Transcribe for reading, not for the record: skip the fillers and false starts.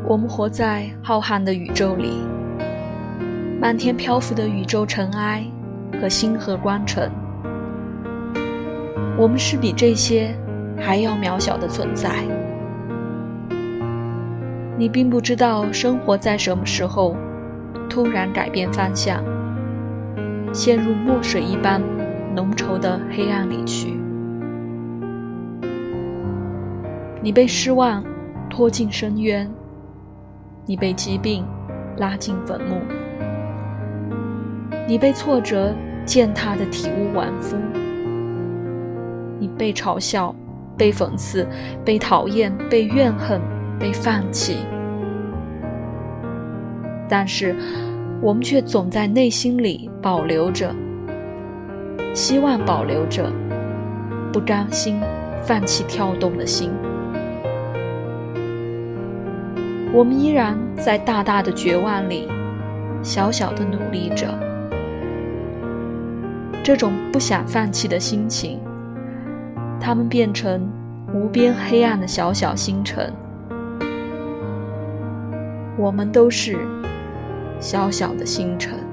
我们活在浩瀚的宇宙里，漫天漂浮的宇宙尘埃和星河光尘，我们是比这些还要渺小的存在。你并不知道生活在什么时候突然改变方向，陷入墨水一般浓稠的黑暗里去。你被失望拖进深渊，你被疾病拉进坟墓，你被挫折践踏得体无完肤，你被嘲笑，被讽刺，被讨厌，被怨恨，被放弃。但是我们却总在内心里保留着，希望保留着不甘心放弃跳动的心。我们依然在大大的绝望里小小的努力着。这种不想放弃的心情，它们变成无边黑暗的小小星辰。我们都是小小的星辰。